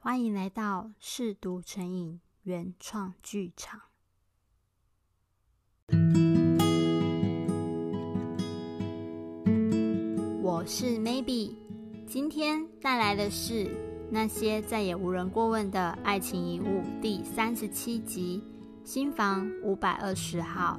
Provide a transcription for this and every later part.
欢迎来到嗜读成瘾原创剧场。我是 Maybe， 今天带来的是那些再也无人过问的爱情遗物第37集，新房520号。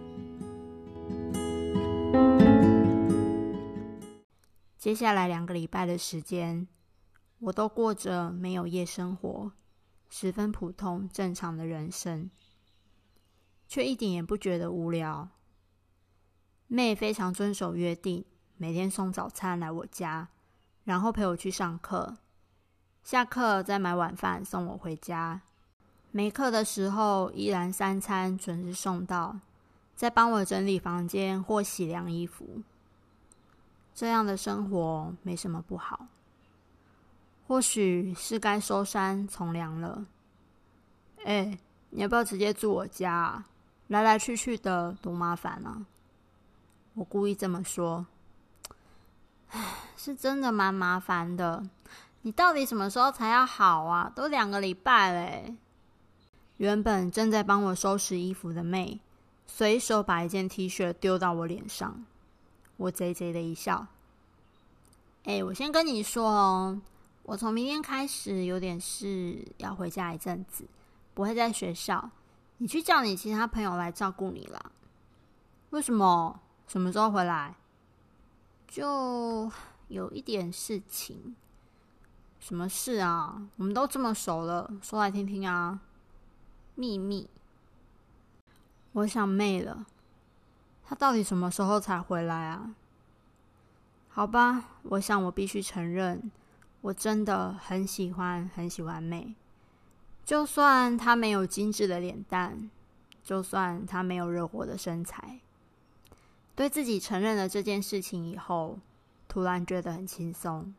接下来2个礼拜的时间，我都过着没有夜生活、十分普通正常的人生，却一点也不觉得无聊。妹非常遵守约定，每天送早餐来我家，然后陪我去上课，下课再买晚饭送我回家。没课的时候依然3餐准时送到，再帮我整理房间或洗凉衣服。这样的生活没什么不好，或许是该收山从良了。你要不要直接住我家啊？来来去去的多麻烦啊！我故意这么说，是真的蛮麻烦的。你到底什么时候才要好啊？都2个礼拜嘞。原本正在帮我收拾衣服的妹，随手把一件 T 恤丢到我脸上。我贼贼的一笑。我先跟你说哦，我从明天开始有点事要回家一阵子，不会在学校。你去叫你其他朋友来照顾你啦。为什么？什么时候回来？就有一点事情。什么事啊？我们都这么熟了，说来听听啊。秘密。我想妹了，她到底什么时候才回来啊？好吧，我想我必须承认，我真的很喜欢妹。就算她没有精致的脸蛋，就算她没有热火的身材，对自己承认了这件事情以后，突然觉得很轻松。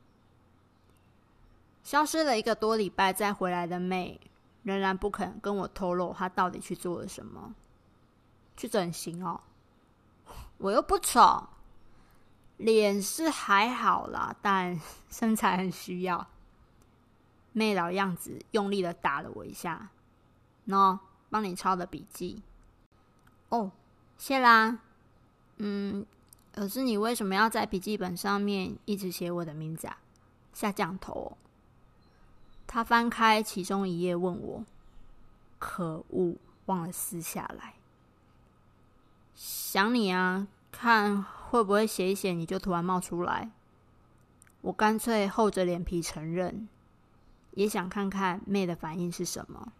消失了1个多礼拜再回来的妹，仍然不肯跟我透露她到底去做了什么。去整形哦？我又不丑。脸是还好啦，但身材很需要。妹老样子用力的打了我一下。喏，帮你抄的笔记。哦，谢啦。可是你为什么要在笔记本上面一直写我的名字啊？下降头哦。他翻开其中1页问我。可恶，忘了撕下来。想你啊，看会不会写一写你就突然冒出来。我干脆厚着脸皮承认，也想看看妹的反应是什么。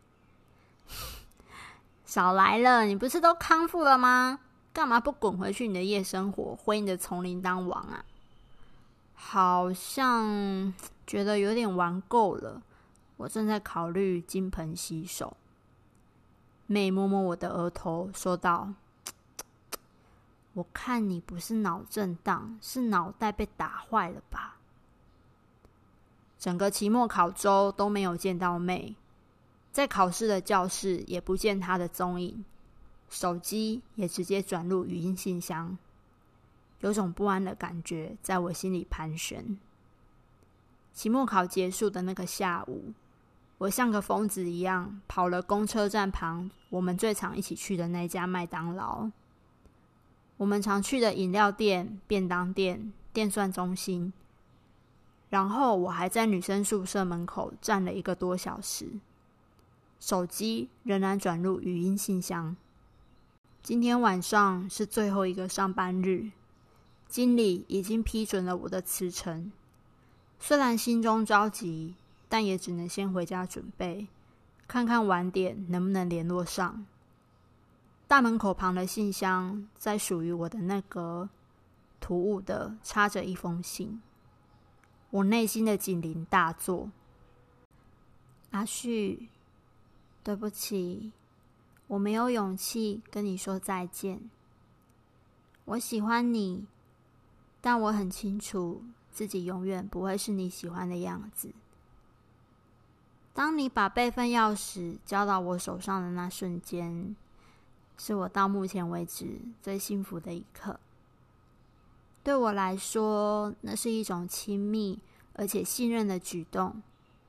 少来了，你不是都康复了吗？干嘛不滚回去你的夜生活，回你的丛林当王啊？好像觉得有点玩够了，我正在考虑金盆洗手。妹摸摸我的额头说道，我看你不是脑震荡，是脑袋被打坏了吧？整个期末考周都没有见到妹，在考试的教室也不见她的踪影，手机也直接转入语音信箱。有种不安的感觉在我心里盘旋。期末考结束的那个下午，我像个疯子一样跑了公车站旁我们最常一起去的那家麦当劳，我们常去的饮料店、便当店、电算中心，然后我还在女生宿舍门口站了1个多小时，手机仍然转入语音信箱。今天晚上是最后1个上班日，经理已经批准了我的辞呈。虽然心中着急，但也只能先回家准备，看看晚点能不能联络上。大门口旁的信箱，在属于我的那格，突兀的插着1封信。我内心的警铃大作。阿旭，对不起，我没有勇气跟你说再见。我喜欢你，但我很清楚自己永远不会是你喜欢的样子。当你把备份钥匙交到我手上的那瞬间，是我到目前为止最幸福的一刻。对我来说，那是一种亲密而且信任的举动，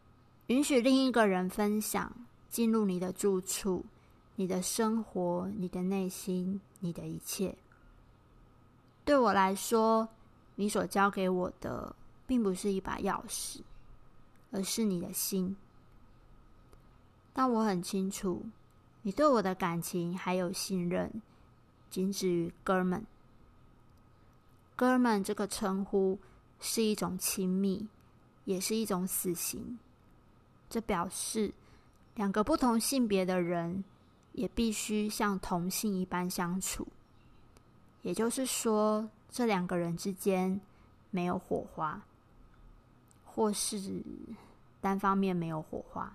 允许另一个人分享，进入你的住处，你的生活，你的内心，你的一切。对我来说，你所交给我的并不是一把钥匙，而是你的心。但我很清楚，你对我的感情还有信任仅止于哥们。哥们这个称呼是一种亲密，也是一种死刑。这表示两个不同性别的人也必须像同性一般相处，也就是说，这两个人之间没有火花，或是单方面没有火花。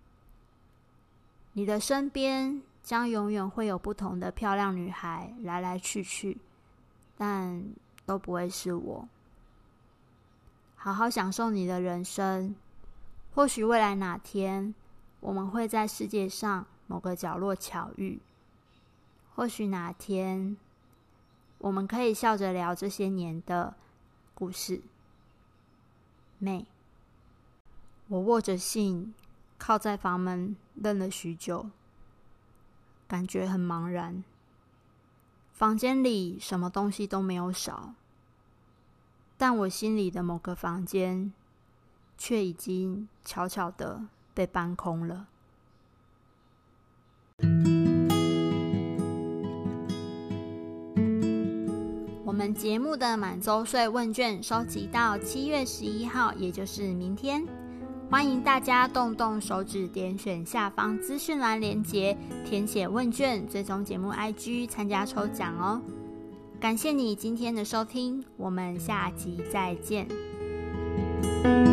你的身边将永远会有不同的漂亮女孩来来去去，但都不会是我。好好享受你的人生，或许未来哪天我们会在世界上某个角落巧遇，或许哪天我们可以笑着聊这些年的故事。妹，我握着信，靠在房门愣了许久，感觉很茫然。房间里什么东西都没有少，但我心里的某个房间却已经悄悄地被搬空了。我们节目的满周岁问卷收集到7月11号，也就是明天。欢迎大家动动手指，点选下方资讯栏连结，填写问卷，追踪节目 IG， 参加抽奖哦。感谢你今天的收听，我们下集再见。